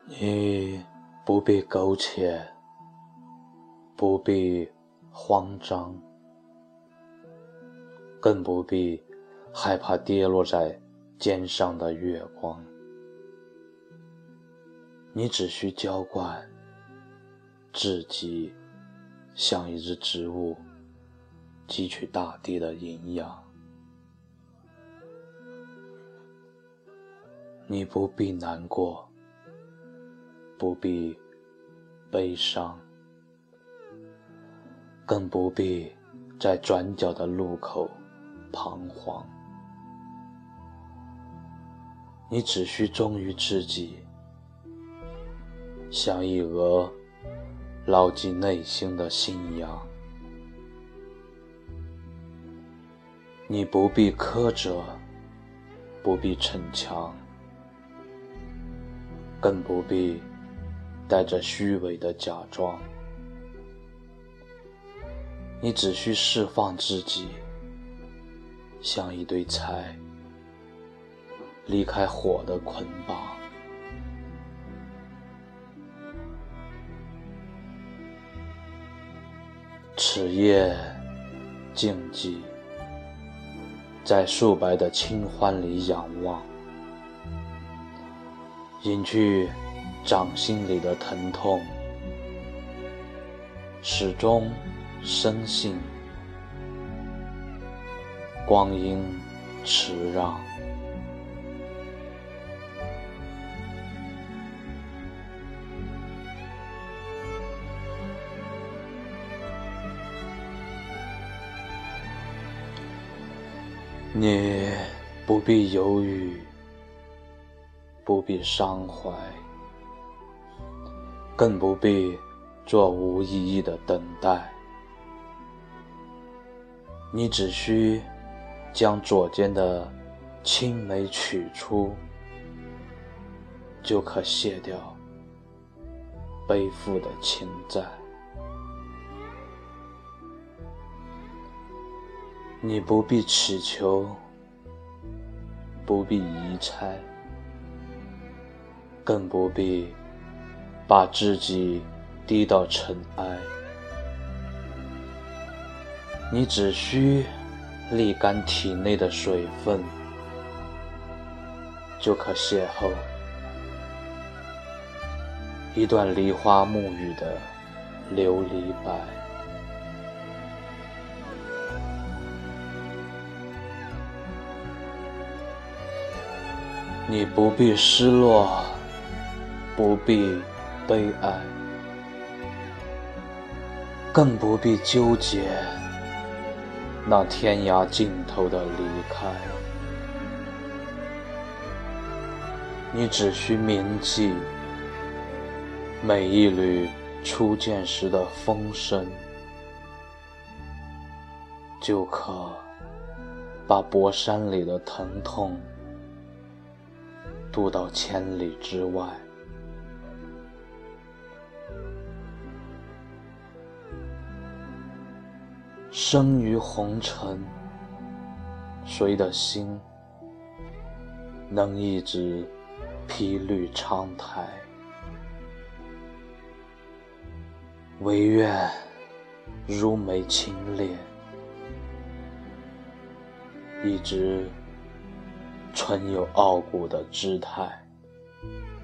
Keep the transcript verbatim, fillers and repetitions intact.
你不必苟且，不必慌张，更不必害怕跌落在肩上的月光。你只需浇灌自己，像一只植物汲取大地的营养。你不必难过，不必悲伤，更不必在转角的路口彷徨。你只需忠于自己，像一鹅牢记内心的信仰。你不必苛责，不必逞强，更不必带着虚伪的假装。你只需释放自己，像一堆柴，离开火的捆绑。此夜静寂，在素白的清欢里仰望，隐去掌心里的疼痛，始终深信光阴迟让。你不必犹豫，不必伤怀，更不必做无意义的等待。你只需将左肩的青梅取出，就可卸掉背负的情债。你不必祈求，不必移猜，更不必把自己低到尘埃。你只需沥干体内的水分，就可邂逅一段梨花沐浴的琉璃白。你不必失落，不必悲哀，更不必纠结那天涯尽头的离开。你只需铭记每一缕初见时的风声，就可把薄衫里的疼痛渡到千里之外。生于红尘，谁的心能一直披绿苍苔？唯愿如眉清冽，一直存有傲骨的姿态。